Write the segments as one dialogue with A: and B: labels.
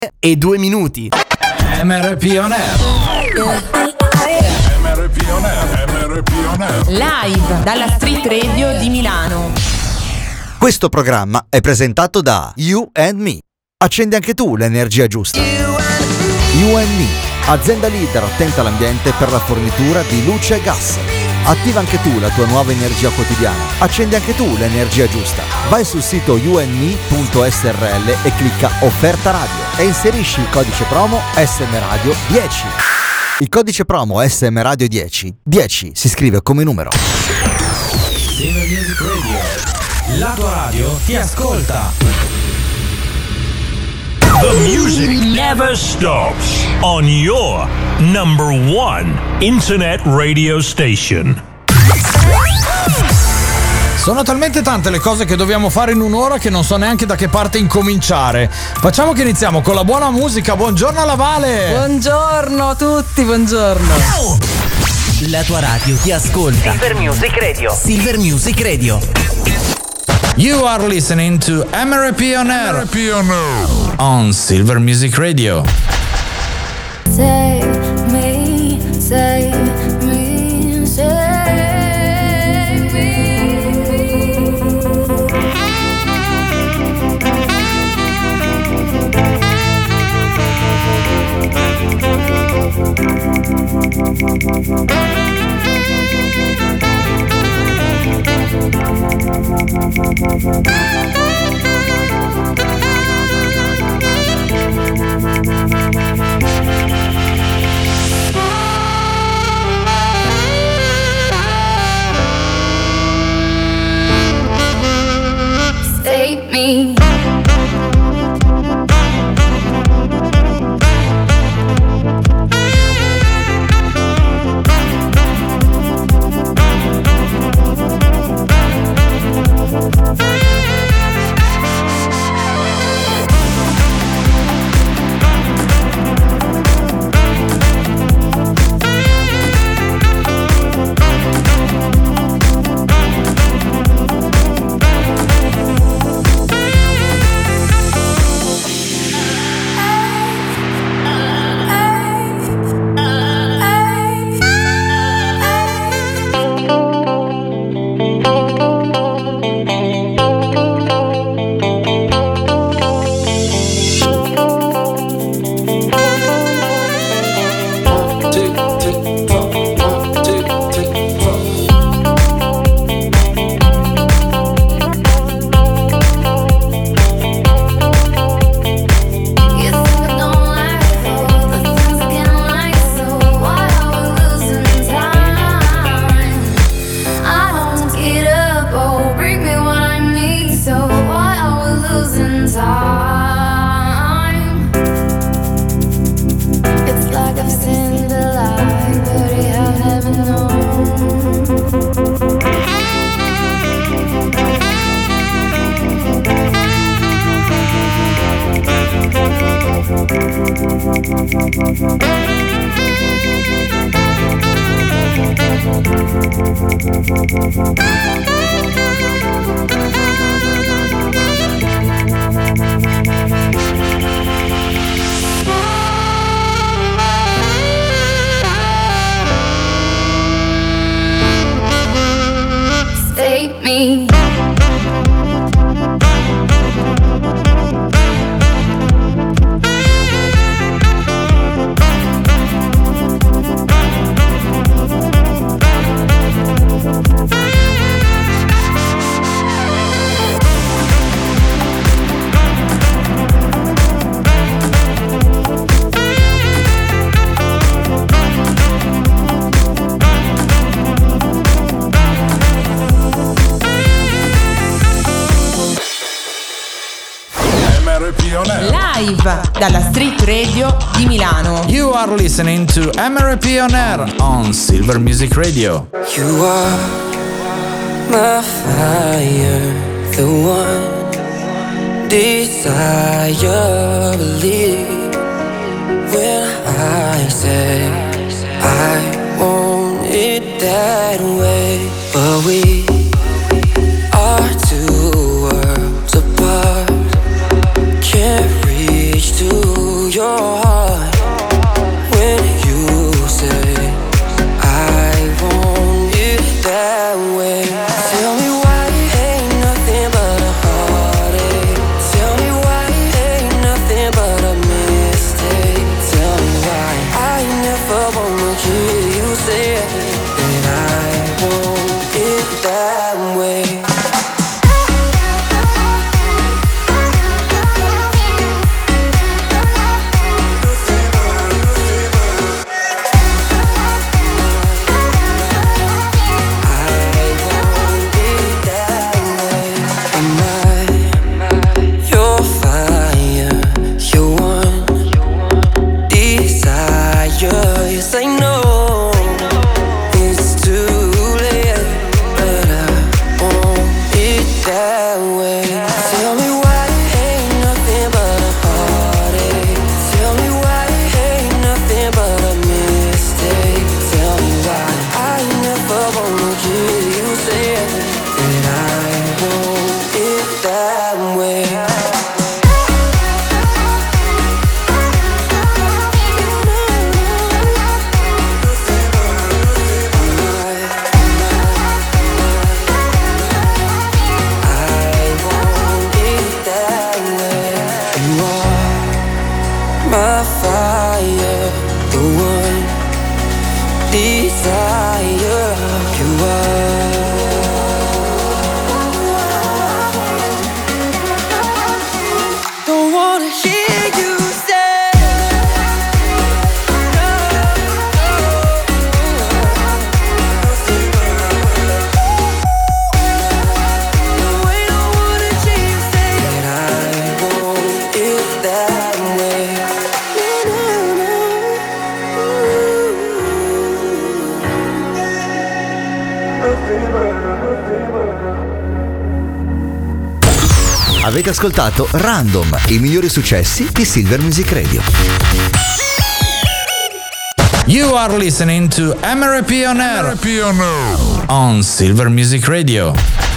A: e 2 minuti.
B: MRP On Air.
C: MRP On Air. MRP On Air.
D: Live dalla Street Radio di Milano.
E: Questo programma è presentato da You and Me. Accendi anche tu l'energia giusta. You and Me, azienda leader attenta all'ambiente per la fornitura di luce e gas. Attiva anche tu la tua nuova energia quotidiana. Accendi anche tu l'energia giusta. Vai sul sito youndme.srl e clicca Offerta Radio e inserisci il codice promo SM Radio 10. Il codice promo SM Radio 10 si scrive come numero.
B: Silver Music Radio. La tua radio ti ascolta.
F: The music never stops on your number one internet radio station.
B: Sono talmente tante le cose che dobbiamo fare in un'ora che non so neanche da che parte incominciare. Facciamo che iniziamo con la buona musica. Buongiorno alla Vale.
G: Buongiorno a tutti, buongiorno.
A: La tua radio ti ascolta.
H: Silver Music Radio.
A: Silver Music Radio.
B: You are listening to MRP On Air.
C: MRP On Air.
B: On Silver Music Radio.
I: Save me, save me, save me. Save me. Save me.
D: Live dalla Street Radio di Milano.
B: You are listening to MRP On Air on Silver Music Radio.
J: You are my fire, the one desire, believe when I say I want it that way. But we are two worlds apart, can't reach to your heart when you say I want it that way. Tell me why it ain't nothing but a heartache. Tell me why it ain't nothing but a mistake. Tell me why I never wanna hear you say that I want it that way. Say no, it's too late, but I want it that way. Tell me why it ain't nothing but a heartache. Tell me why it ain't nothing but a mistake. Tell me why I never wanna hear you say that I want it that way. My fire, the one desire you are. Don't wanna hear you say no. No, I don't wanna hear you say that I want it that way.
E: Avete ascoltato Random, i migliori successi di Silver Music Radio.
B: You are listening to MRP On Air on Silver Music Radio.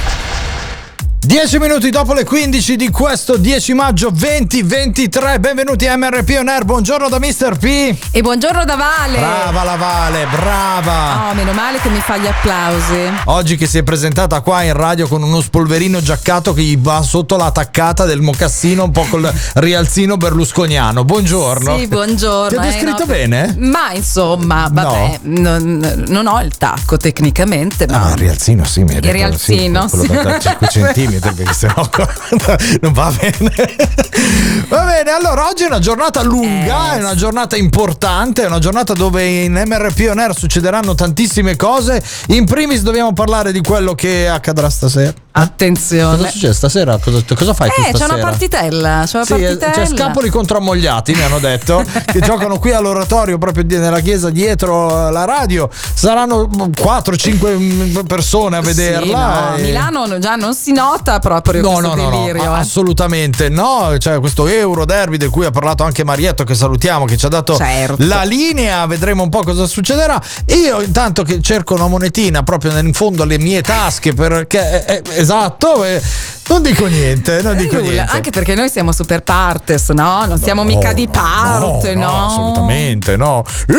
B: 10 minuti dopo le 15 di questo 10 maggio 2023, benvenuti a MRP On Air, buongiorno da Mr. P.
G: E buongiorno da Vale.
B: Brava la Vale, brava.
G: Oh, meno male che mi fa gli applausi.
B: Oggi che si è presentata qua in radio con uno spolverino giaccato che gli va sotto la taccata del mocassino, un po' col rialzino berlusconiano. Buongiorno.
G: Sì, buongiorno.
B: Ti ho descritto bene?
G: Ma insomma, vabbè, non ho il tacco tecnicamente. Ma
B: il rialzino sì, mi hai detto.
G: Il rialzino,
B: sì. Quello da 5 centimetri, perché sennò non va bene. Va bene, allora oggi è una giornata lunga, è una giornata importante, è una giornata dove in MRP On Air succederanno tantissime cose. In primis dobbiamo parlare di quello che accadrà stasera.
G: Attenzione.
B: Cosa succede stasera? Cosa fai tu stasera?
G: C'è una partitella.
B: C'è Scapoli contro Ammogliati, mi hanno detto, che giocano qui all'oratorio proprio nella chiesa dietro la radio. Saranno 4-5 persone a vederla.
G: Sì, no, Milano già non si nota proprio questo delirio.
B: No, assolutamente no. C'è questo Euro Derby di cui ha parlato anche Marietto, che salutiamo, che ci ha dato la linea. Vedremo un po' cosa succederà. Io intanto che cerco una monetina proprio in fondo alle mie tasche, perché esatto, non dico niente, niente.
G: Anche perché noi siamo super partes, no? Non siamo mica di parte, no?
B: Assolutamente no.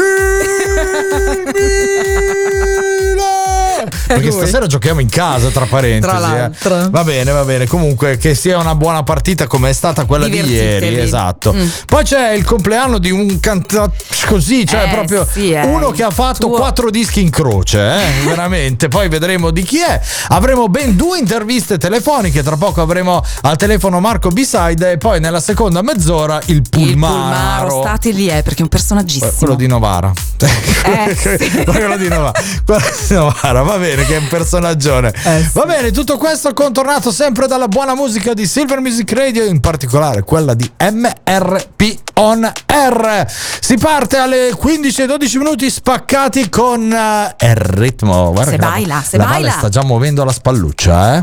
B: Perché stasera giochiamo in casa, tra parentesi.
G: Tra l'altro.
B: Va bene. Comunque, che sia una buona partita come è stata quella di ieri. Esatto. Poi c'è il compleanno di un cantante così, cioè proprio uno che ha fatto 4 dischi in croce, veramente. Poi vedremo di chi è. Avremo ben 2 interviste telefoniche. Tra poco avremo al telefono Marco B-Side e poi nella seconda mezz'ora il Pulmaro.
G: State lì, perché è un personaggissimo.
B: Quello di Novara. Quello di Novara, va bene, che è un personaggione. Va bene, tutto questo contornato sempre dalla buona musica di Silver Music Radio, in particolare quella di MRP On Air. Si parte alle 15:12 minuti spaccati con il ritmo. Guarda,
G: se baila.
B: Valle sta già muovendo la spalluccia,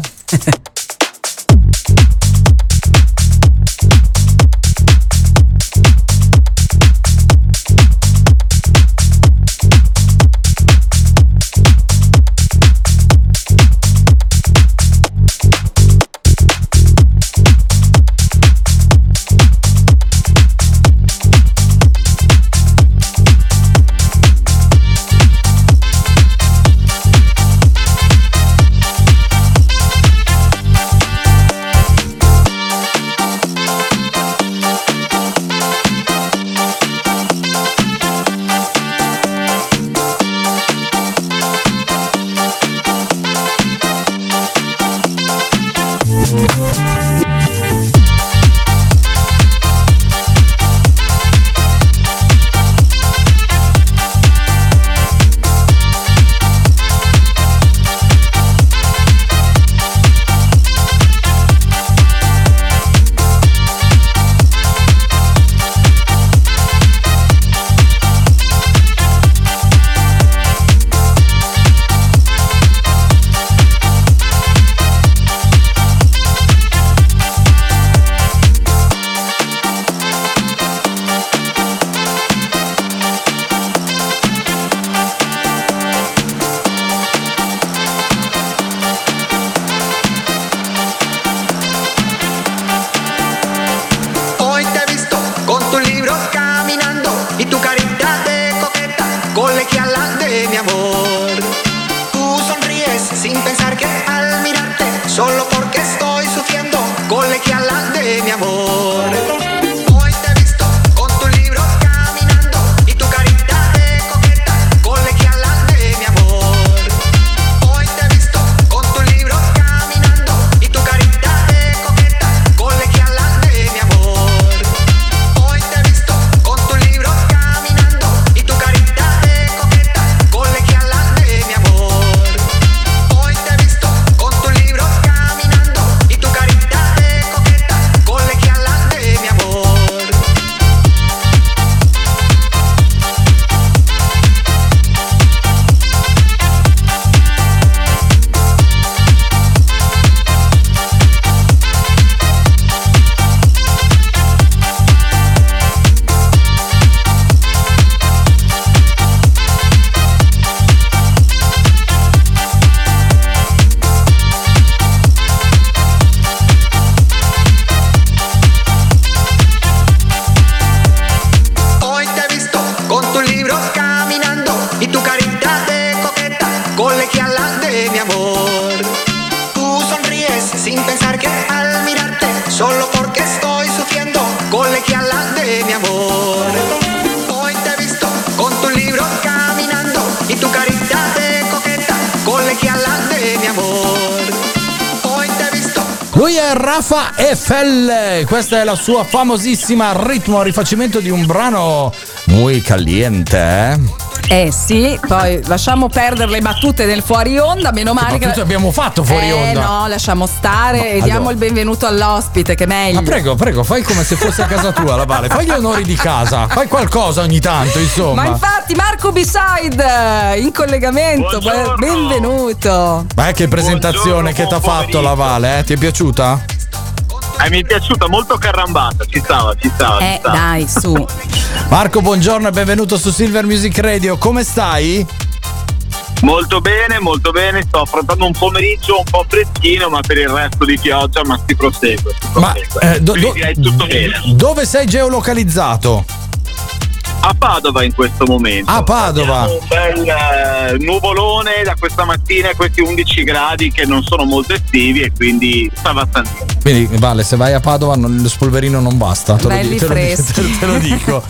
B: Lui è Rafa Eiffel, questa è la sua famosissima Ritmo, rifacimento di un brano muy caliente,
G: sì, poi lasciamo perdere le battute del fuori onda, meno male che
B: abbiamo fatto fuori onda.
G: No, lasciamo stare e diamo il benvenuto all'ospite, che è meglio.
B: Ma prego, fai come se fosse a casa tua, la Vale, fai gli onori di casa, fai qualcosa ogni tanto, insomma.
G: Ma infatti Marco B-Side in collegamento.
H: Buongiorno.
G: Benvenuto.
B: Ma che presentazione che ti ha fatto la Vale, ti è piaciuta?
H: Mi è piaciuta, molto carrambata, ci stava.
G: Dai, su.
B: Marco, buongiorno e benvenuto su Silver Music Radio, come stai?
H: Molto bene, sto affrontando un pomeriggio un po' freschino, ma per il resto di pioggia, ma si prosegue. Quindi direi tutto bene.
B: Dove sei geolocalizzato?
H: A Padova in questo momento.
B: A Padova.
H: Abbiamo un bel nuvolone da questa mattina e questi 11 gradi che non sono molto estivi e quindi sta abbastanza.
B: Quindi Vale, se vai a Padova lo spolverino non basta,
G: belli freschi.
B: te lo dico.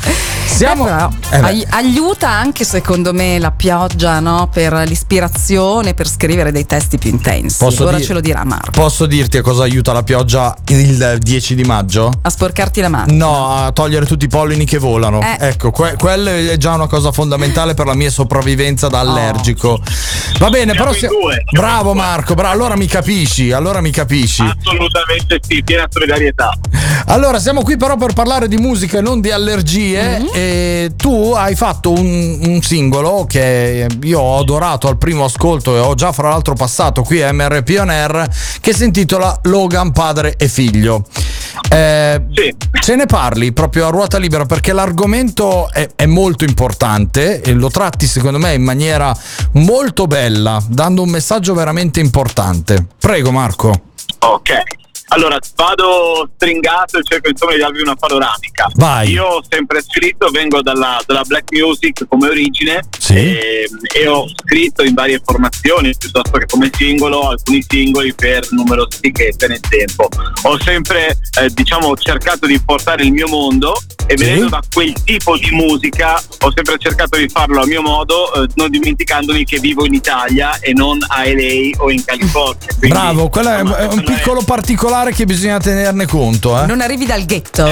G: Aiuta anche secondo me la pioggia, no? Per l'ispirazione, per scrivere dei testi più intensi. Ora ce lo dirà Marco.
B: Posso dirti a cosa aiuta la pioggia il 10 di maggio?
G: A sporcarti la macchina.
B: No, a togliere tutti i pollini che volano. Ecco, quello è già una cosa fondamentale per la mia sopravvivenza da allergico. Va bene, però bravo Marco, allora mi capisci.
H: Assolutamente sì, piena solidarietà.
B: Allora, siamo qui però per parlare di musica e non di allergie. E tu hai fatto un singolo che io ho adorato al primo ascolto e ho già fra l'altro passato qui a MRP On Air, che si intitola Logan padre e figlio.
H: Sì.
B: Ce ne parli proprio a ruota libera, perché l'argomento è molto importante e lo tratti secondo me in maniera molto bella, dando un messaggio veramente importante. Prego Marco.
H: Ok, allora vado stringato e cerco insomma di darvi una panoramica.
B: Vai.
H: Io ho sempre scritto, vengo dalla black music come origine,
B: sì.
H: e ho scritto in varie formazioni piuttosto che come singolo, alcuni singoli per numerose etichette nel tempo. Ho sempre cercato di portare il mio mondo e venendo da quel tipo di musica ho sempre cercato di farlo a mio modo, non dimenticandomi che vivo in Italia e non a LA o in California. Quindi,
B: bravo, quello è un piccolo particolare che bisogna tenerne conto.
G: Non arrivi dal ghetto?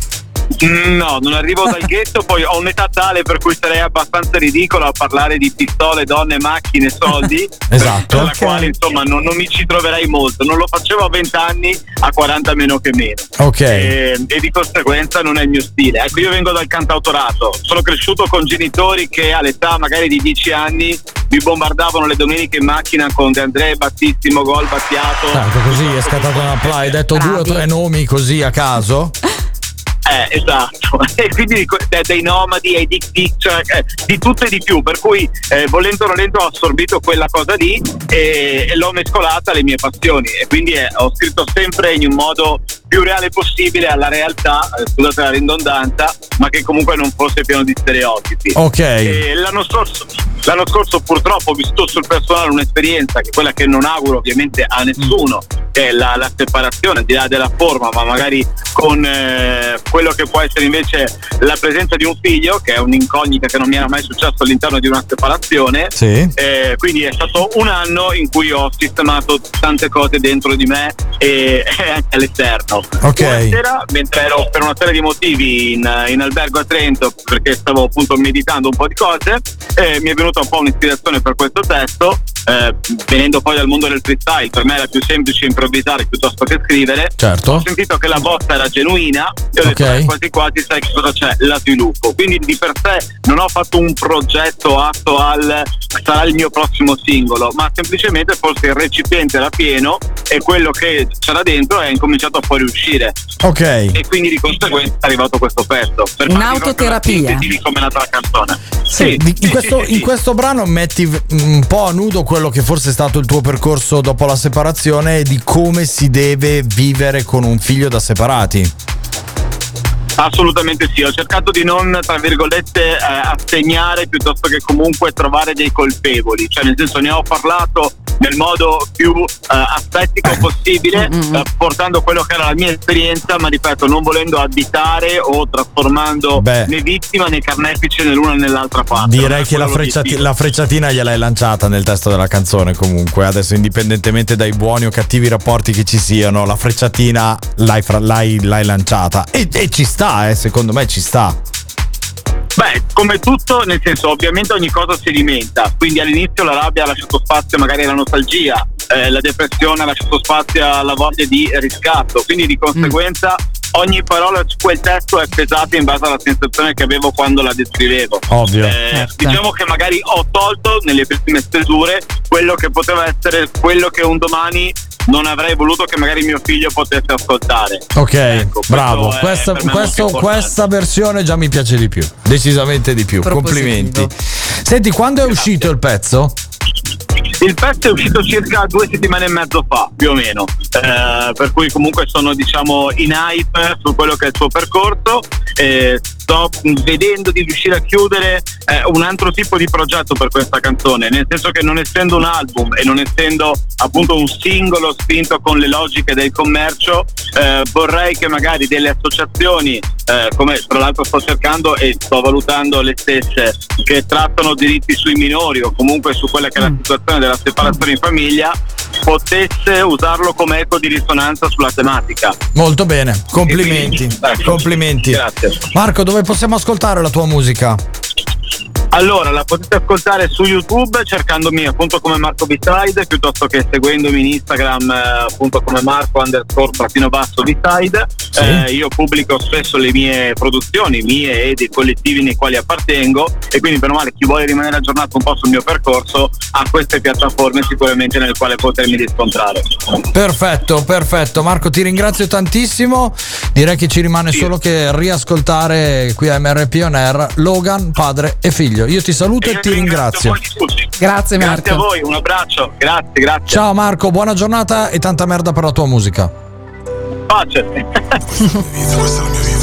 H: No, non arrivo dal ghetto, poi ho un'età tale per cui sarei abbastanza ridicolo a parlare di pistole, donne, macchine, soldi.
B: Esatto.
H: Per la quale insomma non mi ci troverei molto. Non lo facevo a 20 anni, a 40 meno che meno.
B: Ok.
H: E di conseguenza non è il mio stile. Ecco, io vengo dal cantautorato. Sono cresciuto con genitori che all'età magari di 10 anni mi bombardavano le domeniche in macchina con De André, Battissimo, Gol, Battiato.
B: Certo, così è scattato una play. Hai detto 2 o 3 nomi così a caso?
H: Esatto, e quindi dei Nomadi ai Dick Dick, cioè, di tutto e di più, per cui volendo o nolendo ho assorbito quella cosa lì e l'ho mescolata alle mie passioni e quindi ho scritto sempre in un modo più reale possibile alla realtà, scusate la ridondanza, ma che comunque non fosse pieno di stereotipi.
B: Ok.
H: E l'anno scorso purtroppo ho vissuto sul personale un'esperienza che è quella che non auguro ovviamente a nessuno, che è la separazione, al di là della forma, ma magari con quello che può essere invece la presenza di un figlio, che è un'incognita che non mi era mai successo all'interno di una separazione.
B: Sì.
H: Quindi è stato un anno in cui ho sistemato tante cose dentro di me e anche all'esterno.
B: Ok.
H: Una sera, mentre ero per una serie di motivi in albergo a Trento, perché stavo appunto meditando un po' di cose, mi è venuta un po' un'ispirazione per questo testo. Venendo poi dal mondo del freestyle, per me era più semplice improvvisare piuttosto che scrivere.
B: Certo.
H: Ho sentito che la botta era genuina e ho detto quasi sai che cosa c'è, la sviluppo. Quindi di per sé non ho fatto un progetto atto sarà il mio prossimo singolo, ma semplicemente forse il recipiente era pieno e quello che c'era dentro è incominciato a fuoriuscire.
B: Ok.
H: E quindi di conseguenza è arrivato questo pezzo. Per
G: un'autoterapia.
H: Come è nata la canzone.
B: Sì. In questo brano metti un po' a nudo quello che forse è stato il tuo percorso dopo la separazione e di come si deve vivere con un figlio da separati.
H: Assolutamente sì, ho cercato di non, tra virgolette, assegnare piuttosto che comunque trovare dei colpevoli, cioè nel senso ne ho parlato nel modo più aspettico possibile, portando quello che era la mia esperienza, ma ripeto, non volendo additare o trasformando né vittima né carnefice nell'una né nell'altra parte.
B: Direi che la frecciatina gliel'hai lanciata nel testo della canzone, comunque adesso, indipendentemente dai buoni o cattivi rapporti che ci siano, la frecciatina l'hai lanciata e ci sta, secondo me ci sta.
H: Beh, come tutto, nel senso, ovviamente ogni cosa si alimenta, quindi all'inizio la rabbia ha lasciato spazio magari alla nostalgia, la depressione ha lasciato spazio alla voglia di riscatto, quindi di conseguenza ogni parola su quel testo è pesata in base alla sensazione che avevo quando la descrivevo.
B: Ovvio.
H: Diciamo che magari ho tolto nelle prime stesure quello che poteva essere quello che un domani non avrei voluto che magari mio figlio potesse ascoltare.
B: Ok, ecco, bravo. Questa versione già mi piace di più, decisamente di più. Complimenti. Senti, quando è uscito il pezzo?
H: Il pezzo è uscito circa 2 settimane e mezzo fa, più o meno, per cui comunque sono, diciamo, in hype su quello che è il suo percorso. Sto vedendo di riuscire a chiudere un altro tipo di progetto per questa canzone, nel senso che non essendo un album e non essendo appunto un singolo spinto con le logiche del commercio, vorrei che magari delle associazioni, come tra l'altro sto cercando e sto valutando le stesse, che trattano diritti sui minori o comunque su quella che è la situazione della separazione in famiglia, potesse usarlo come eco di risonanza sulla tematica.
B: Molto bene, complimenti. Complimenti.
H: Grazie.
B: Marco, dove possiamo ascoltare la tua musica?
H: Allora, la potete ascoltare su YouTube cercandomi appunto come Marco B-Side, piuttosto che seguendomi in Instagram appunto come Marco__B-Side. Io pubblico spesso le mie produzioni, mie e dei collettivi nei quali appartengo, e quindi per male chi vuole rimanere aggiornato un po' sul mio percorso ha queste piattaforme sicuramente nel quale potermi riscontrare.
B: Perfetto. Marco, ti ringrazio tantissimo. Direi che ci rimane solo che riascoltare qui a MRP On Air Logan, padre e figlio. Io ti saluto e ti ringrazio.
G: Grazie Marco.
H: Grazie a voi, un abbraccio. Grazie.
B: Ciao Marco, buona giornata e tanta merda per la tua musica.
H: Pace.
C: Questa è la mia vita.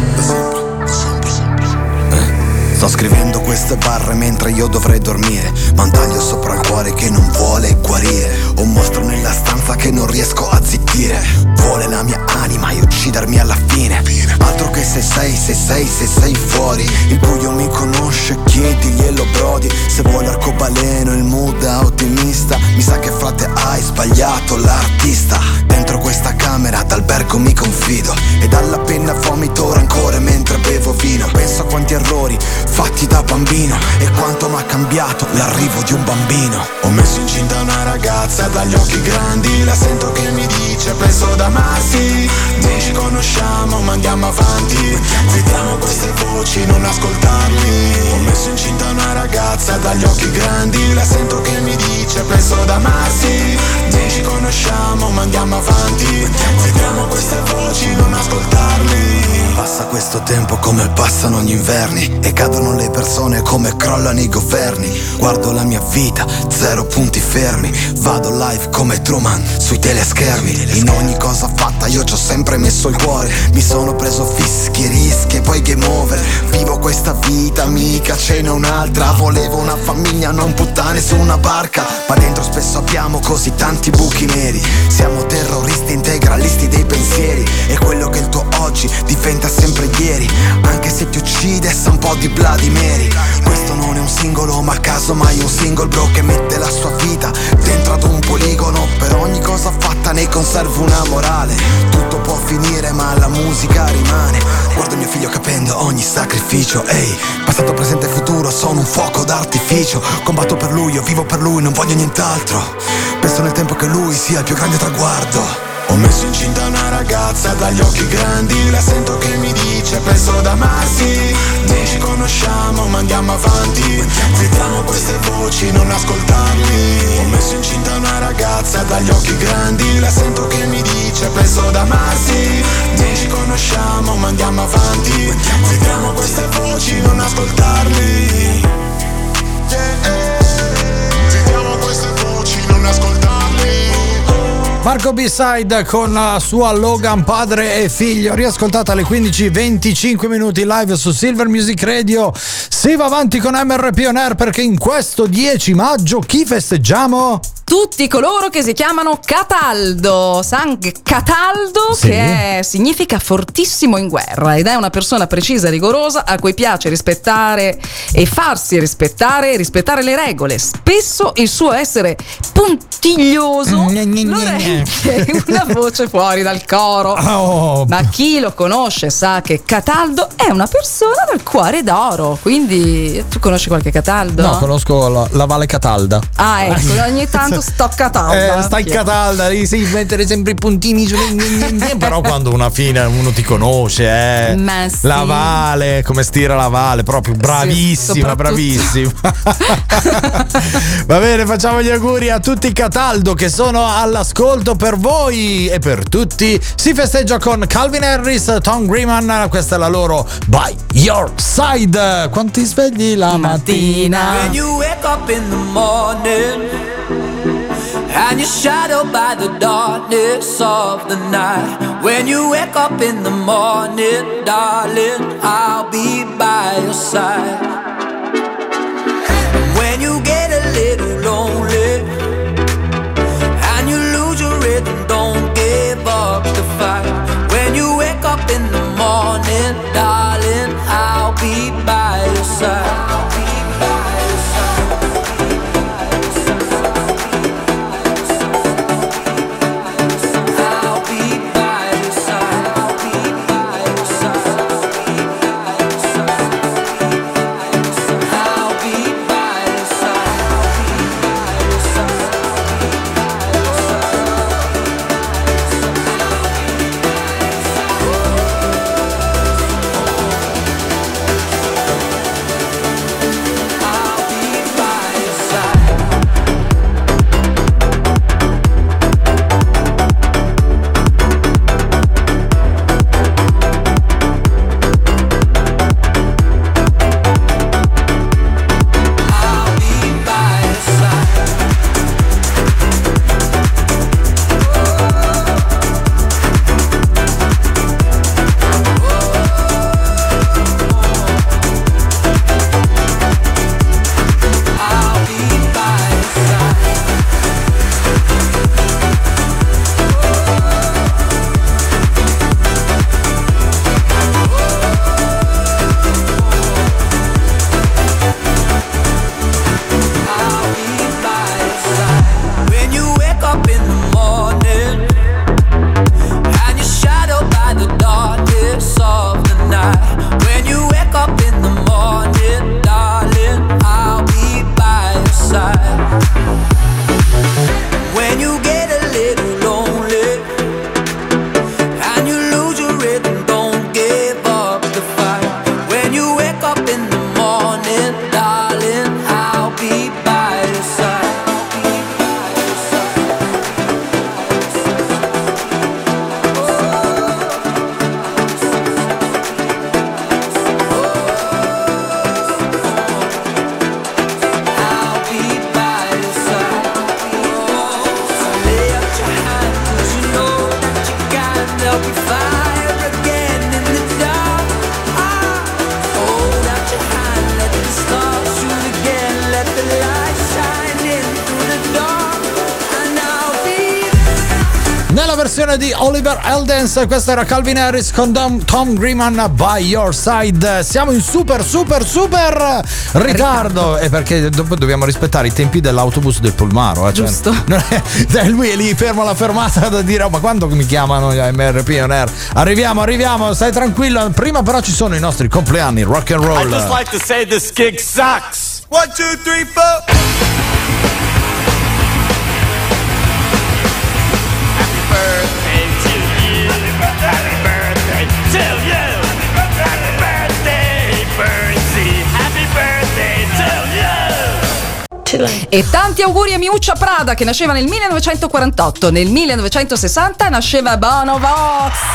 K: Sto scrivendo queste barre mentre io dovrei dormire, ma un taglio sopra il cuore che non vuole guarire, un mostro nella stanza che non riesco a zittire, vuole la mia anima e uccidermi alla fine. Altro che se sei fuori, il buio mi conosce, chiediglielo brody. Se vuoi l'arcobaleno, il mood è ottimista, mi sa che frate hai sbagliato l'artista. Dentro questa camera d'albergo mi confido e dalla penna vomito rancore mentre bevo vino. Penso a quanti errori fatti da bambino e quanto m'ha cambiato l'arrivo di un bambino.
C: Ho messo incinta una ragazza dagli occhi grandi, la sento che mi dice penso ad amarsi. Non ci conosciamo ma andiamo avanti, vediamo queste voci, non ascoltarli. Ho messo incinta una ragazza dagli occhi grandi, la sento che mi dice penso ad amarsi. Non ci conosciamo ma andiamo avanti, vediamo queste voci, non ascoltarli.
K: Passa questo tempo come passano gli inverni e cadono le persone come crollano i governi. Guardo la mia vita, 0 punti fermi, vado live come Truman sui teleschermi. In ogni cosa fatta io ci ho sempre messo il cuore, mi sono preso fischi, rischi e poi game over. Vivo questa vita, mica ce n'è un'altra. Volevo una famiglia, non puttane su una barca, ma dentro spesso abbiamo così tanti buchi neri. Siamo terroristi integralisti dei pensieri e quello che è il tuo oggi diventa sempre ieri, anche se ti uccide sa un po' di Bloody Mary. Questo non è un singolo ma casomai un single bro che mette la sua vita dentro ad un poligono. Per ogni cosa fatta ne conservo una morale. Tutto può finire ma la musica rimane. Guardo mio figlio capendo ogni sacrificio. Ehi, passato, presente e futuro sono un fuoco d'artificio. Combatto per lui, io vivo per lui, non voglio nient'altro. Penso nel tempo che lui sia il più grande traguardo.
C: Ho messo incinta una ragazza dagli occhi grandi, la sento che mi dice penso ad amarsi. Non ci conosciamo ma andiamo avanti, vediamo queste voci, non ascoltarli. Ho messo incinta una ragazza dagli occhi grandi, la sento che mi dice penso ad amarsi. Non ci conosciamo ma andiamo avanti, vediamo queste voci, non ascoltarli. Vediamo queste voci, non ascoltarli.
B: Marco B-Side con la sua Logan, padre e figlio, riascoltata alle 15:25 live su Silver Music Radio. Si va avanti con MRP On Air perché in questo 10 maggio chi festeggiamo?
G: tutti coloro che si chiamano Cataldo, San Cataldo,
B: sì,
G: che significa fortissimo in guerra ed è una persona precisa e rigorosa a cui piace rispettare e farsi rispettare le regole. Spesso il suo essere puntiglioso lo rende una voce fuori dal coro. Ma chi lo conosce sa che Cataldo è una persona dal cuore d'oro. Quindi tu conosci qualche Cataldo?
B: No, conosco la Valle Catalda.
G: Ah, ecco, ogni tanto sto Catalda.
B: Stai Catalda, devi mettere sempre i puntini però quando uno ti conosce,
G: ma sì,
B: la Valle, come stira la Valle, proprio bravissima, bravissima. Va bene, facciamo gli auguri a tutti i Cataldo che sono all'ascolto. Per voi e per tutti si festeggia con Calvin Harris, Tom Grimman, questa è la loro By Your Side. Quanti svegli la mattina?
J: When you wake up in the morning and you're shadowed by the darkness of the night. When you wake up in the morning, darling, I'll be by your side. And when you get a little lonely and you lose your rhythm, don't give up the fight. When you wake up in the morning, darling, I'll be by your side.
B: Di Oliver Eldens, questa era Calvin Harris con Tom Grimman, By Your Side. Siamo in super ritardo e perché dobbiamo rispettare i tempi dell'autobus del Polmaro,
G: giusto?
B: Lui è lì fermo alla fermata da dire ma quando mi chiamano MRP On Air? Arriviamo, stai tranquillo. Prima però ci sono i nostri compleanni rock and roll.
L: I just like to say this gig sucks. 1, 2, 3, 4.
G: E tanti auguri a Miuccia Prada che nasceva nel 1948. Nel 1960 nasceva Bono Vox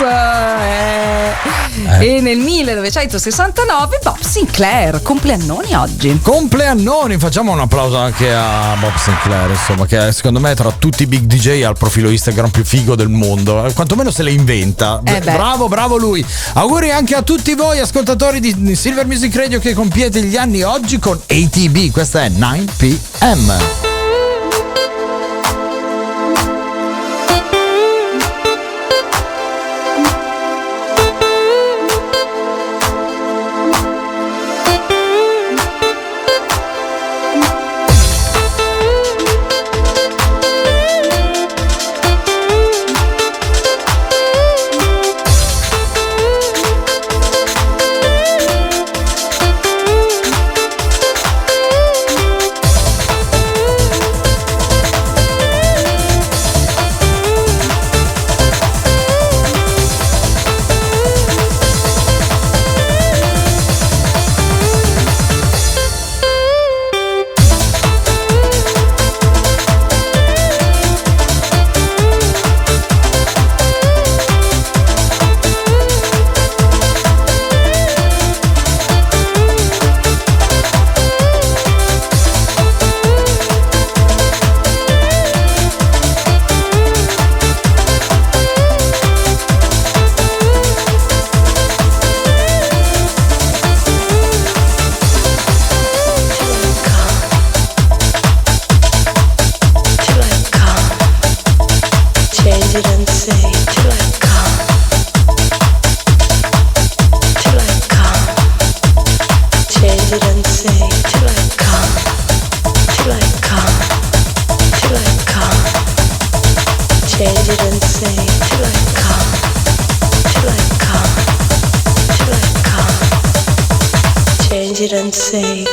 G: e nel 1969 Bob Sinclair. Compleannoni oggi.
B: Compleannoni, facciamo un applauso anche a Bob Sinclair, insomma, che secondo me tra tutti i big DJ ha il profilo Instagram più figo del mondo, quantomeno se le inventa. Bravo lui. Auguri anche a tutti voi ascoltatori di Silver Music Radio che compiete gli anni oggi con ATB. Questa è 9 PM.
M: Change it and say till I come, till I come, till I come. Change it and say till I come, till I come, till I come. Change it and say.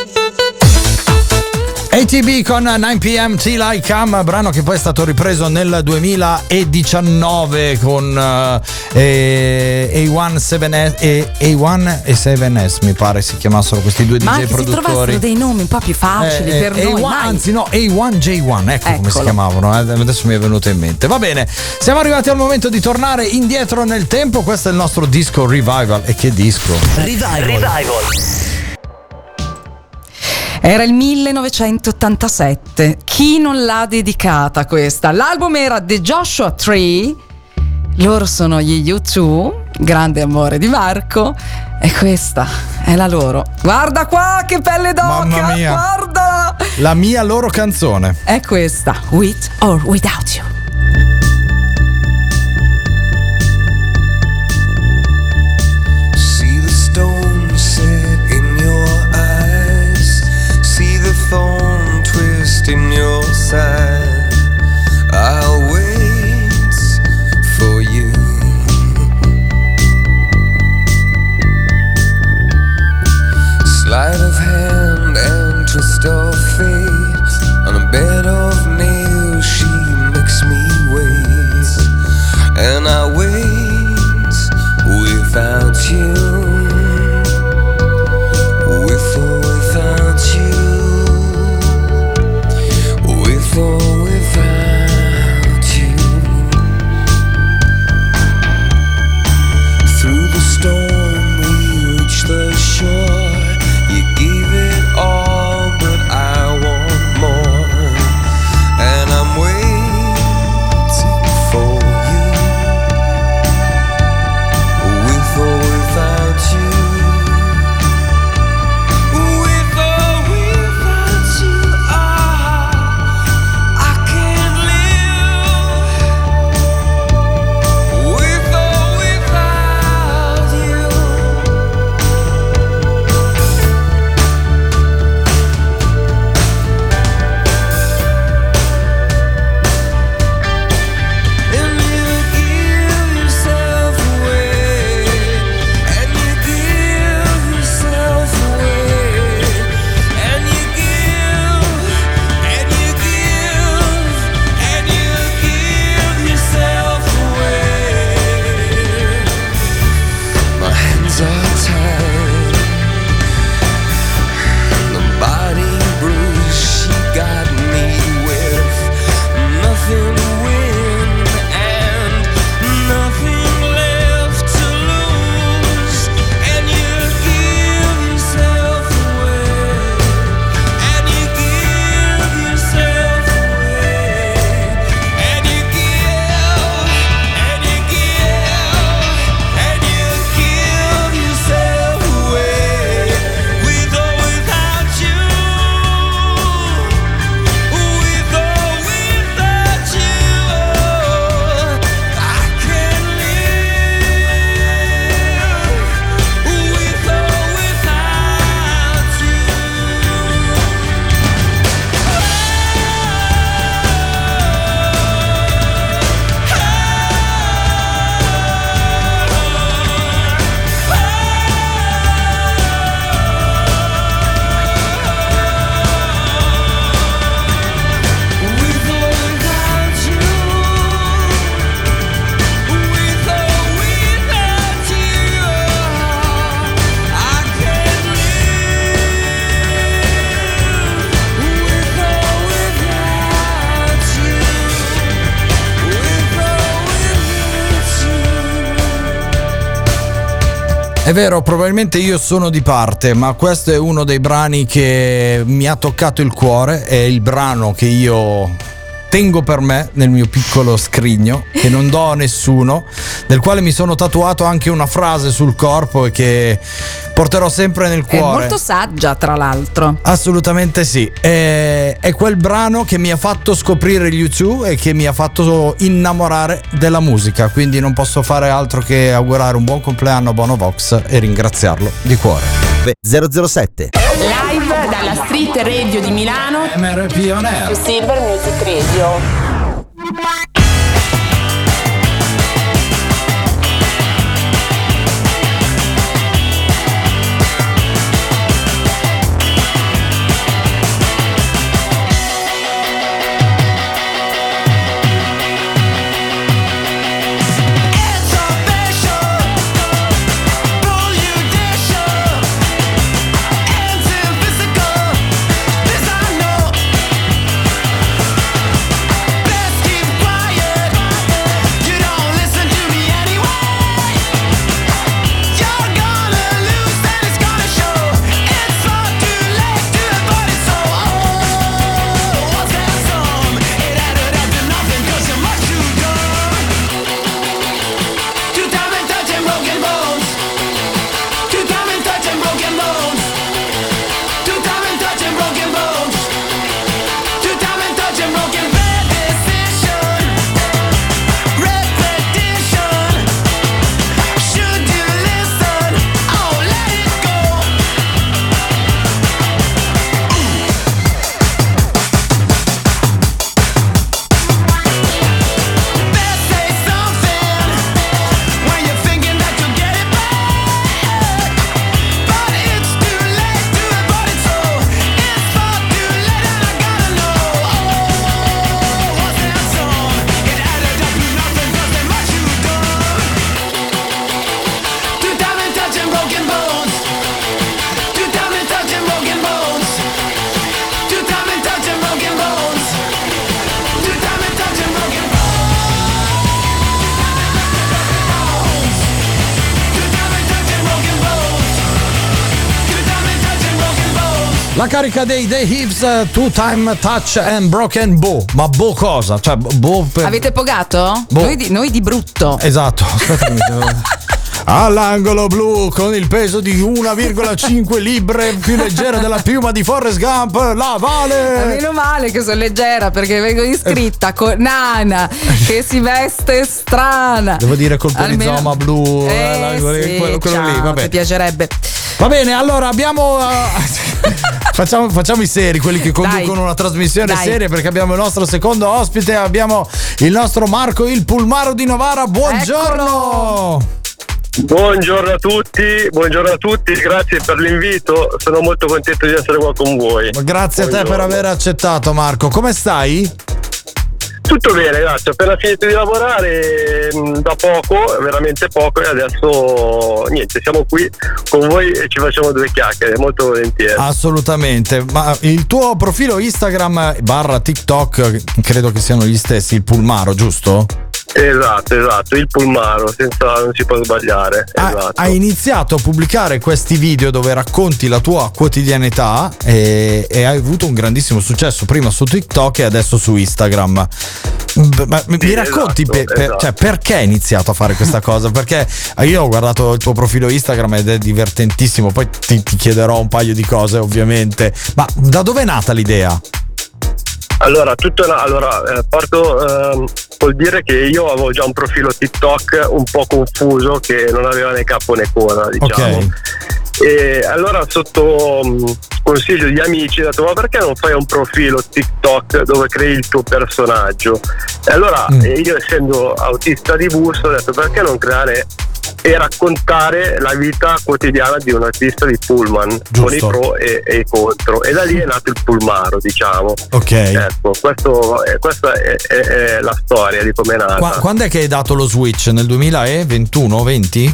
B: ATB con 9pm Till I Come, brano che poi è stato ripreso nel 2019 con A1 e 7S, mi pare si chiamassero questi due
G: ma
B: DJ produttori.
G: Ma si trovassero dei nomi un po' più facili per noi.
B: Anzi no, A1J1, ecco come si chiamavano, adesso mi è venuto in mente. Va bene, siamo arrivati al momento di tornare indietro nel tempo. Questo è il nostro disco Revival. E che disco?
A: Revival.
G: Era il 1987. Chi non l'ha dedicata questa? L'album era The Joshua Tree. Loro sono gli U2, grande amore di Marco. E questa è la loro. Guarda qua che pelle d'oca.
B: Mamma mia.
G: Guarda.
B: La mia loro canzone.
G: È questa. With or Without You.
N: See the stone set in your eyes. See the thorn twist in your side. I'll wait for you. Sleight of hand and twist of fate. On a bed of nails she makes me wait. And I wait without you. With or without you. With or without you. Through the storm we reach the shore. You gave it all, but I want more. And I'm waiting for you. With or without you. With or without you, I can't live. With or without you. And you give yourself away. And you give yourself away. And you give. And you give. And you give yourself away. My hands are tied. The body bruise she got me with. Nothing to win and nothing left to lose. And you give yourself away. And you give yourself away. And you give. And you give. And you give yourself away. With or without you. With or without you, I can't live. With or without you. With or without you. With or without you, I can't live. With or without you. With or without you.
B: È vero, probabilmente io sono di parte, ma questo è uno dei brani che mi ha toccato il cuore. È il brano che io tengo per me nel mio piccolo scrigno, che non do a nessuno, del quale mi sono tatuato anche una frase sul corpo e che porterò sempre nel
G: È
B: cuore.
G: molto saggia, tra l'altro.
B: Assolutamente sì, è quel brano che mi ha fatto scoprire gli U2 e che mi ha fatto innamorare della musica, quindi non posso fare altro che augurare un buon compleanno a Bono Vox e ringraziarlo di cuore.
E: 007
D: Live dalla Street Radio di Milano.
B: MRP On Air.
D: Su Silver Music Radio.
B: La carica dei The Hives, Two Time Touch and Broken Bow. Ma boh cosa? Cioè, boh per...
G: Avete pogato?
B: Boh.
G: Noi di brutto.
B: Esatto, aspetta. All'angolo blu con il peso di 1,5 libbre più leggera della piuma di Forrest Gump, la Vale.
G: Meno male che sono leggera perché vengo iscritta con Nana che si veste strana.
B: Devo dire col perizoma blu,
G: sì,
B: quello lì, vabbè.
G: Mi piacerebbe.
B: Va bene, allora abbiamo facciamo i seri, quelli che conducono una trasmissione seria, perché abbiamo il nostro secondo ospite, abbiamo il nostro Marco il Pulmaro di Novara. Buongiorno.
O: Buongiorno a tutti, grazie per l'invito, sono molto contento di essere qua con voi.
B: Grazie a te per aver accettato, Marco. Come stai?
O: Tutto bene, grazie, ho appena finito di lavorare da poco, veramente poco, e adesso niente, siamo qui con voi e ci facciamo due chiacchiere, molto volentieri.
B: Assolutamente, ma il tuo profilo Instagram / TikTok credo che siano gli stessi, il Pulmaro, giusto?
O: Esatto, il Pulmaro, non si può sbagliare. Esatto.
B: Hai iniziato a pubblicare questi video dove racconti la tua quotidianità e hai avuto un grandissimo successo, prima su TikTok e adesso su Instagram. Ma mi racconti cioè, perché hai iniziato a fare questa cosa? Perché io ho guardato il tuo profilo Instagram ed è divertentissimo, poi ti chiederò un paio di cose ovviamente, ma da dove è nata l'idea?
O: Allora, parto col dire che io avevo già un profilo TikTok un po' confuso che non aveva né capo né coda, diciamo. Okay. E allora sotto consiglio di amici ho detto: ma perché non fai un profilo TikTok dove crei il tuo personaggio? E allora io, essendo autista di bus, ho detto: perché non creare e raccontare la vita quotidiana di un artista di pullman, giusto, con i pro e i contro, e da lì è nato il Pulmaro, diciamo.
B: Ok,
O: ecco, questa è la storia di come è nata.
B: Quando è che hai dato lo switch? Nel 2021-20?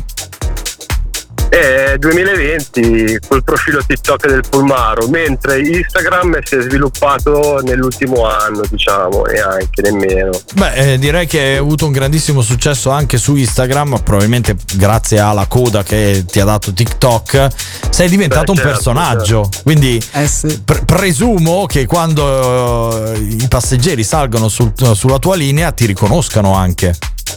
O: 2020 col profilo TikTok del Pulmaro, mentre Instagram si è sviluppato nell'ultimo anno, diciamo, e anche nemmeno.
B: Beh, direi che hai avuto un grandissimo successo anche su Instagram, probabilmente grazie alla coda che ti ha dato TikTok. Sei diventato un personaggio, certo. Quindi
G: sì.
B: Presumo che quando i passeggeri salgono sulla tua linea ti riconoscano anche.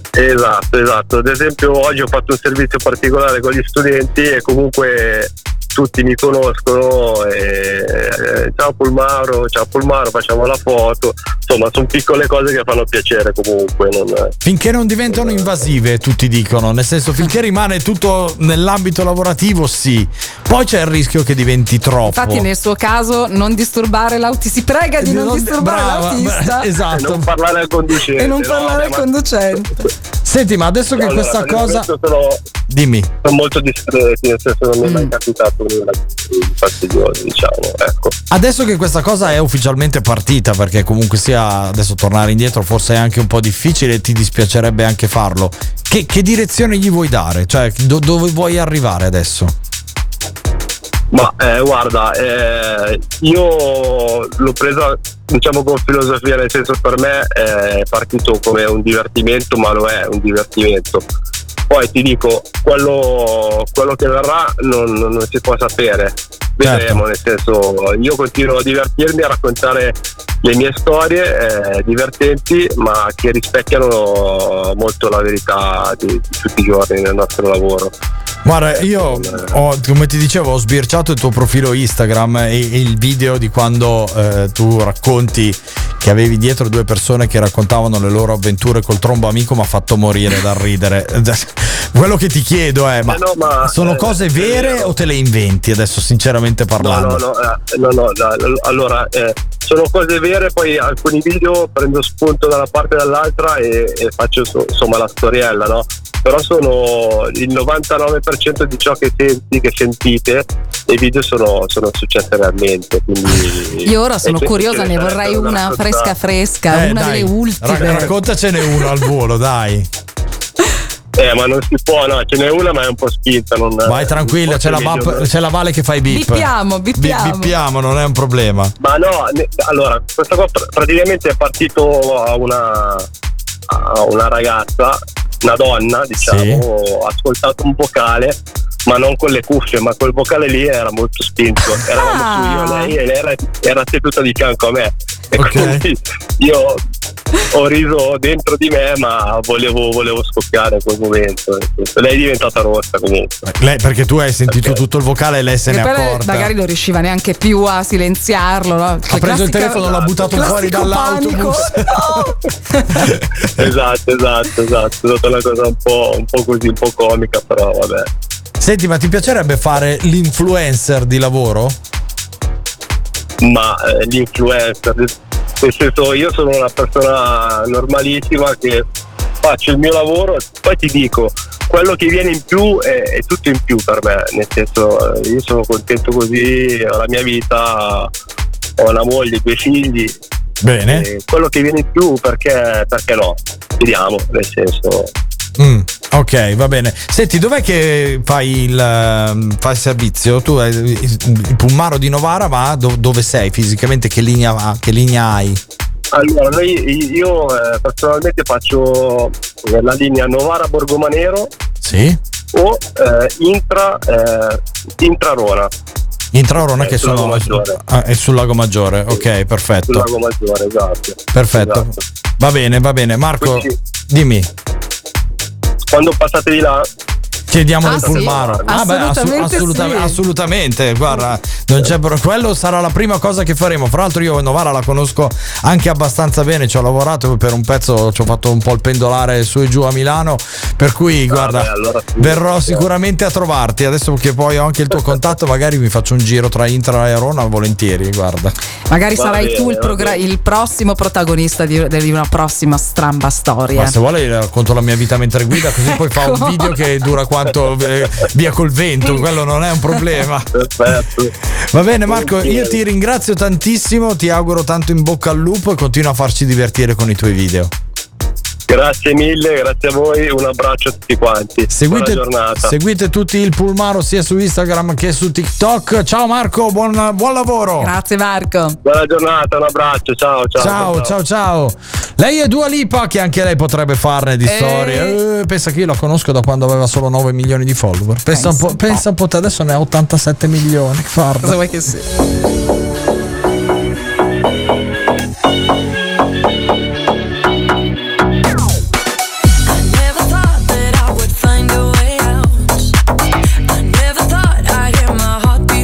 O: Esatto. Ad esempio oggi ho fatto un servizio particolare con gli studenti e comunque tutti mi conoscono e ciao Pulmaro, facciamo la foto. Insomma, sono piccole cose che fanno piacere comunque.
B: Finché non diventano invasive, tutti dicono, nel senso finché rimane tutto nell'ambito lavorativo, sì. Poi c'è il rischio che diventi troppo.
G: Infatti nel suo caso non disturbare l'autista, si prega di non disturbare l'autista.
B: Esatto.
O: E non parlare al conducente.
G: E non parlare al conducente.
B: Senti, ma adesso che questa cosa... Dimmi.
O: Sono molto discreti, nel senso non mi è mai capitato nulla di fastidioso, diciamo, ecco.
B: Adesso che questa cosa è ufficialmente partita, perché comunque sia adesso tornare indietro forse è anche un po' difficile e ti dispiacerebbe anche farlo, che direzione gli vuoi dare? Cioè dove vuoi arrivare adesso?
O: Ma guarda, io l'ho presa diciamo con filosofia, nel senso per me è partito come un divertimento, ma lo è un divertimento. Poi ti dico, quello che verrà non si può sapere, vedremo, nel senso io continuo a divertirmi, a raccontare le mie storie divertenti, ma che rispecchiano molto la verità di tutti i giorni nel nostro lavoro.
B: Guarda, io come ti dicevo, ho sbirciato il tuo profilo Instagram e il video di quando tu racconti che avevi dietro due persone che raccontavano le loro avventure col trombo amico, mi ha fatto morire dal ridere. Quello che ti chiedo è, ma sono cose vere o te le inventi adesso, sinceramente parlando?
O: No, allora sono cose vere, poi alcuni video prendo spunto da una parte e dall'altra e faccio insomma la storiella, no? Però sono il 99% di ciò che senti, che sentite, i video sono successe realmente. Quindi
G: io ora sono curiosa, ne vorrei una fresca, una
B: dai,
G: delle ultime.
B: Raccontacene uno al volo, dai.
O: Ma non si può, no, ce n'è una ma è un po' spinta.
B: Vai tranquilla, c'è la Vale che fa i beep. Bippiamo, non è un problema.
O: Ma no, allora, questa qua praticamente è partito a una ragazza, una donna, diciamo, sì. Ho ascoltato un vocale, ma non con le cuffie, ma quel vocale lì era molto spinto. Eravamo su io e lei era seduta di fianco a me. E quindi io ho riso dentro di me, ma volevo scoppiare in quel momento. Lei è diventata rossa comunque.
B: Lei, perché tu hai sentito tutto il vocale e lei se ne è accorta.
G: Magari non riusciva neanche più a silenziarlo, no?
B: Ha preso il telefono, l'ha buttato fuori dall'autobus.
O: Esatto. È stata una cosa un po' così, un po' comica, però vabbè.
B: Senti, ma ti piacerebbe fare l'influencer di lavoro?
O: Ma l'influencer, nel senso, io sono una persona normalissima che faccio il mio lavoro, poi ti dico, quello che viene in più è tutto in più per me, nel senso, io sono contento così, ho la mia vita, ho una moglie, 2 figli.
B: Bene.
O: Quello che viene in più perché no? Vediamo, nel senso.
B: Ok, va bene. Senti, dov'è che fai il servizio? Tu hai il Pulmaro di Novara, ma dove sei fisicamente? Che linea hai?
O: Allora, io personalmente faccio la linea Novara-Borgomanero.
B: Sì.
O: O Intra Rona.
B: Intra Rona, che sono è sul Lago Maggiore. Ok, perfetto.
O: Sul Lago Maggiore, esatto.
B: Perfetto. Esatto. Va bene. Marco, dimmi.
O: Quando passate di là
B: chiediamo il Pulmaro.
G: Sì.
B: Assolutamente, guarda, non c'è quello, sarà la prima cosa che faremo. Fra l'altro io Novara la conosco anche abbastanza bene, ci ho lavorato per un pezzo, ci ho fatto un po' il pendolare su e giù a Milano, per cui guarda,
O: allora
B: verrò sicuramente a trovarti. Adesso che poi ho anche il tuo contatto, magari mi faccio un giro tra Intra e Rona, volentieri, guarda.
G: Magari sarai tu il prossimo protagonista di una prossima stramba storia.
B: Ma se vuole racconto la mia vita mentre guida, così poi fa un video che dura quanto via col vento, quello non è un problema.
O: Perfetto.
B: Va bene Marco, io ti ringrazio tantissimo, ti auguro tanto in bocca al lupo e continua a farci divertire con i tuoi video.
O: Grazie mille, grazie a voi, un abbraccio a tutti quanti. Buona giornata.
B: Seguite tutti il Pulmaro sia su Instagram che su TikTok. Ciao Marco, buon lavoro.
G: Grazie Marco.
O: Buona giornata, un abbraccio,
B: ciao. Lei è Dua Lipa, che anche lei potrebbe farne di storie. Pensa che io la conosco da quando aveva solo 9 milioni di follower. Pensa un po' te, adesso ne ha 87 milioni. Guarda.
G: Cosa vuoi che sia?
J: Find a way out. I never thought I'd hear my heart beat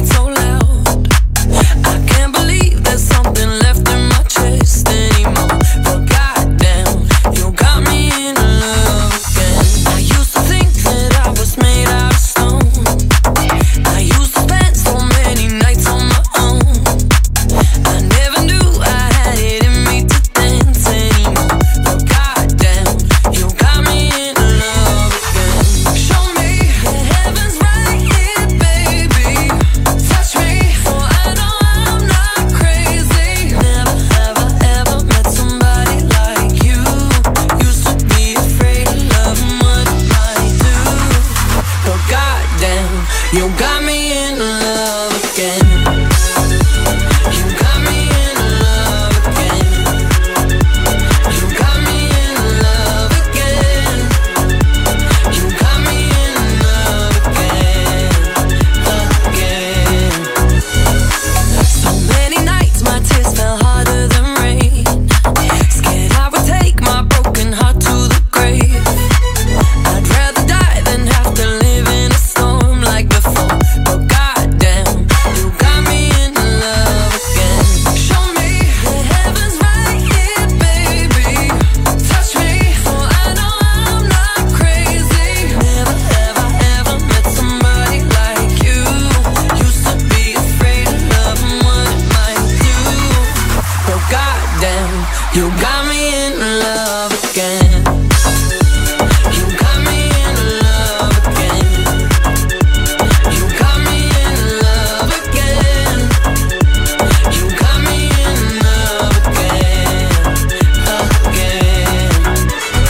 J: You got me in love again. You got me in love again. You got me in love again. You got me in love again.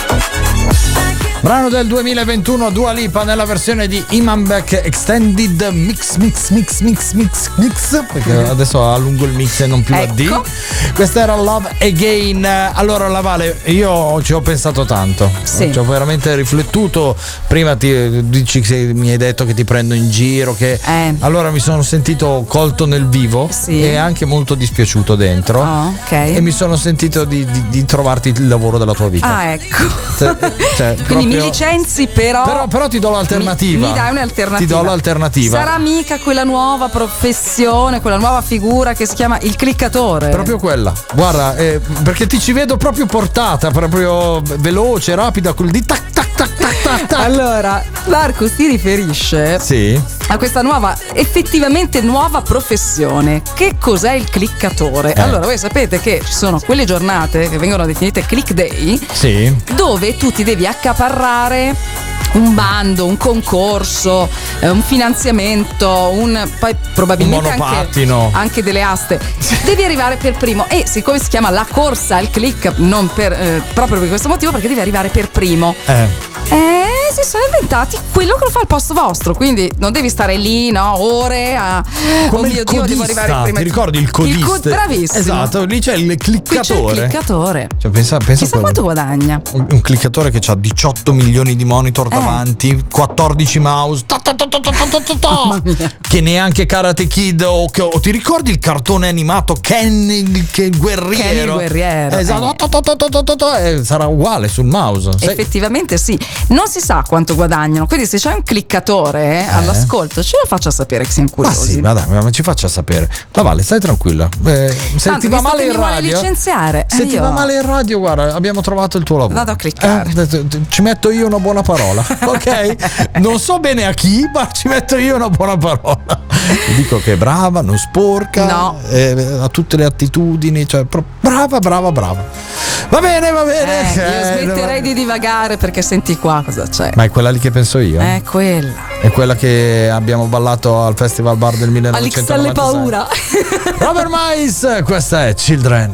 B: Brano del 2021, Dua Lipa nella versione di Iman Beck Extended Mix, perché adesso allungo il mix e non più la D. Questa era Love Again. Allora la Vale, io ci ho pensato tanto,
G: sì.
B: Ci ho veramente riflettuto. Prima ti dici che mi hai detto che ti prendo in giro, che allora mi sono sentito colto nel vivo, sì. E anche molto dispiaciuto dentro,
G: okay.
B: E mi sono sentito di trovarti il lavoro della tua vita.
G: Ah, ecco.
B: Quindi
G: proprio... mi licenzi, però
B: ti do l'alternativa.
G: Mi dai un'alternativa.
B: Ti do l'alternativa.
G: Sarà mica quella nuova professione, quella nuova figura che si chiama il cliccatore?
B: Proprio quella. Guarda, perché ti ci vedo proprio portata, proprio veloce, rapida, col di tac tac tac tac tac tac.
G: Allora, Marco si riferisce a questa nuova, effettivamente nuova professione. Che cos'è il cliccatore? Allora, voi sapete che ci sono quelle giornate che vengono definite click day, dove tu ti devi accaparrare un bando, un concorso, un finanziamento, poi probabilmente anche delle aste. Devi arrivare per primo, e siccome si chiama la corsa al click, non proprio per questo motivo, perché devi arrivare per primo. Si sono inventati quello che lo fa al posto vostro, quindi non devi stare lì, no, ore a
B: come il codista, devo arrivare prima. Ti ricordi il codista?
G: Bravissimo.
B: Esatto, lì c'è il cliccatore.
G: Cioè,
B: pensa
G: chissà quanto guadagna.
B: Un cliccatore che ha 18 milioni di monitor davanti, 14 mouse, che neanche Karate Kid o ti ricordi il cartone animato Ken il guerriero? Esatto, sarà uguale sul mouse.
G: Effettivamente sì. Non si sa quanto guadagnano, quindi se c'è un cliccatore all'ascolto ce lo faccia sapere, che siamo curiosi.
B: Ma ci faccia sapere. La Vale, stai tranquilla. Se ti va male in radio,
G: licenziare,
B: se ti va male in radio, guarda, abbiamo trovato il tuo lavoro.
G: Vado a cliccare.
B: Ci metto io una buona parola, ok? Non so bene a chi, ma ci metto io una buona parola. Dico che è brava, non sporca, ha tutte le attitudini, cioè brava. Va bene.
G: Io smetterei di divagare, perché senti qua cosa c'è.
B: Ma è quella lì che penso io?
G: È quella.
B: È quella che abbiamo ballato al Festival Bar del 1996.
G: Alle paura.
B: Robert Miles, questa è Children.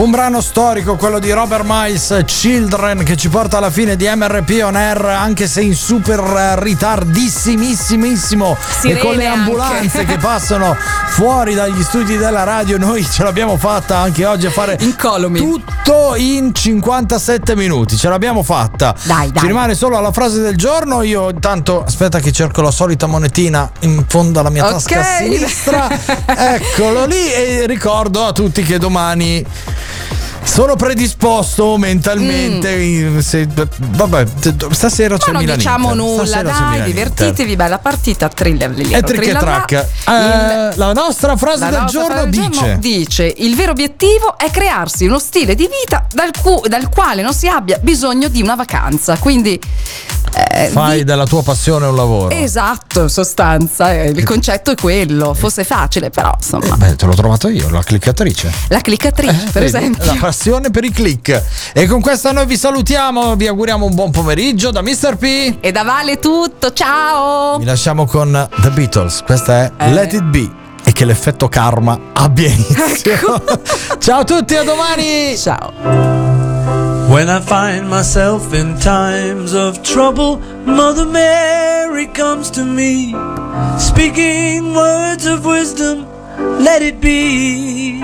B: Un brano storico, quello di Robert Miles, Children, che ci porta alla fine di MRP On Air, anche se in super ritardissimissimo e con le ambulanze che passano fuori dagli studi della radio. Noi ce l'abbiamo fatta anche oggi a fare tutto in 57 minuti. Ce l'abbiamo fatta. Dai. Ci rimane solo la frase del giorno. Io intanto aspetta che cerco la solita monetina in fondo alla mia tasca a sinistra. Eccolo lì, e ricordo a tutti che domani sono predisposto mentalmente. Vabbè, stasera c'è Milan.
G: Non diciamo nulla, dai, divertitevi, bella partita, thriller.
B: E trick e track. La nostra frase del giorno
G: dice: il vero obiettivo è crearsi uno stile di vita dal quale non si abbia bisogno di una vacanza. Quindi
B: fai della tua passione un lavoro.
G: Esatto, in sostanza il concetto è quello. Fosse facile, però insomma.
B: Te l'ho trovato io, la cliccatrice.
G: La cliccatrice, per esempio.
B: La passione per i click. E con questa noi vi salutiamo, vi auguriamo un buon pomeriggio da Mr. P
G: e da Vale tutto. Ciao.
B: Vi lasciamo con The Beatles. Questa è Let It Be. E che l'effetto karma abbia inizio. Ciao a tutti, a domani.
G: Ciao.
P: When I find myself in times of trouble, Mother Mary comes to me, speaking words of wisdom, let it be.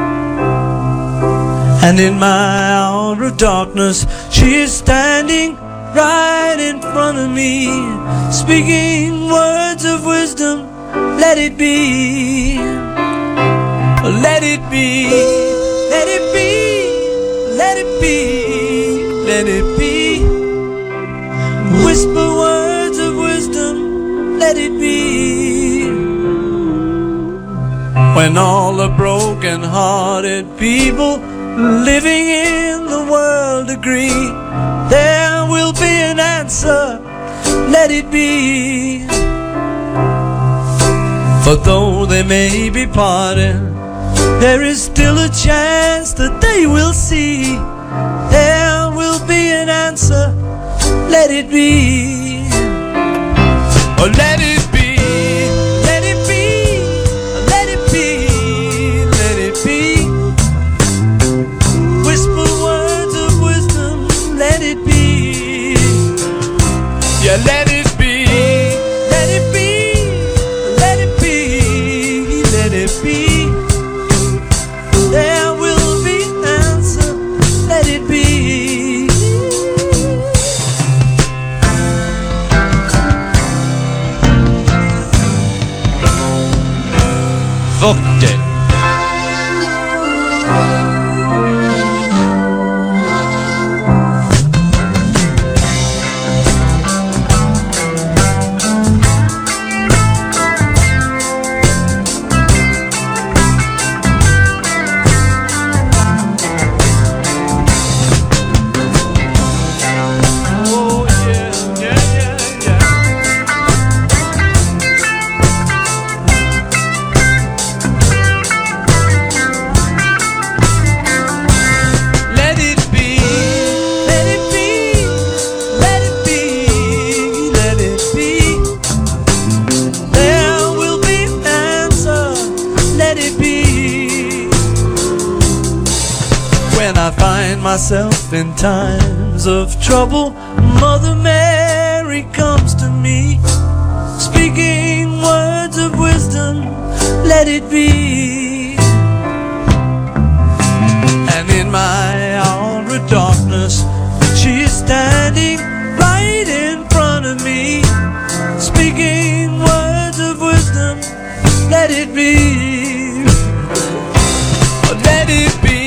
P: And in my hour of darkness, she is standing right in front of me, speaking words of wisdom, let it be. Let it be, let it be, let it be, let it be. Whisper words of wisdom, let it be. When all the broken-hearted people living in the world agree, there will be an answer, let it be. For though they may be parted, there is still a chance that they will see. There will be an answer, let it be. Oh, let it be, let it be, let it be, let it be. Whisper words of wisdom, let it be. Yeah, let it be, let it be, let it be, let it be. There will be an answer, let it be. Fucked it. Myself in times of trouble, Mother Mary comes to me, speaking words of wisdom, let it be. And in my hour of darkness, she is standing right in front of me, speaking words of wisdom, let it be. Let it be.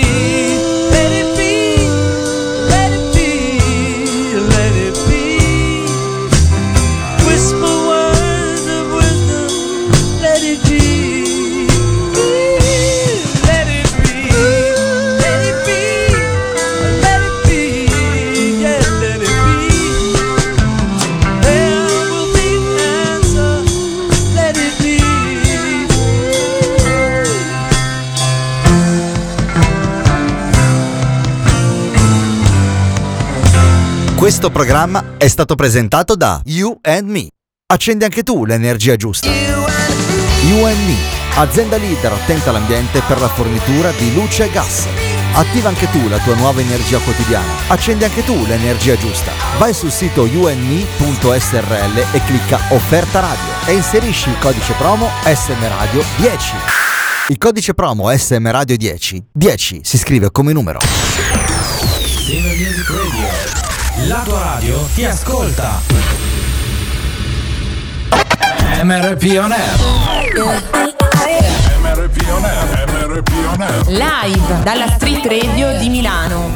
E: Questo programma è stato presentato da You and Me. Accendi anche tu l'energia giusta. You and Me, azienda leader attenta all'ambiente per la fornitura di luce e gas. Attiva anche tu la tua nuova energia quotidiana. Accendi anche tu l'energia giusta. Vai sul sito yourme.srl e clicca offerta radio e inserisci il codice promo SM Radio 10. Il codice promo SM Radio 10 si scrive come numero.
A: Silver Music Radio. La tua radio ti ascolta. MRP On Air.
D: Live dalla Street Radio di Milano.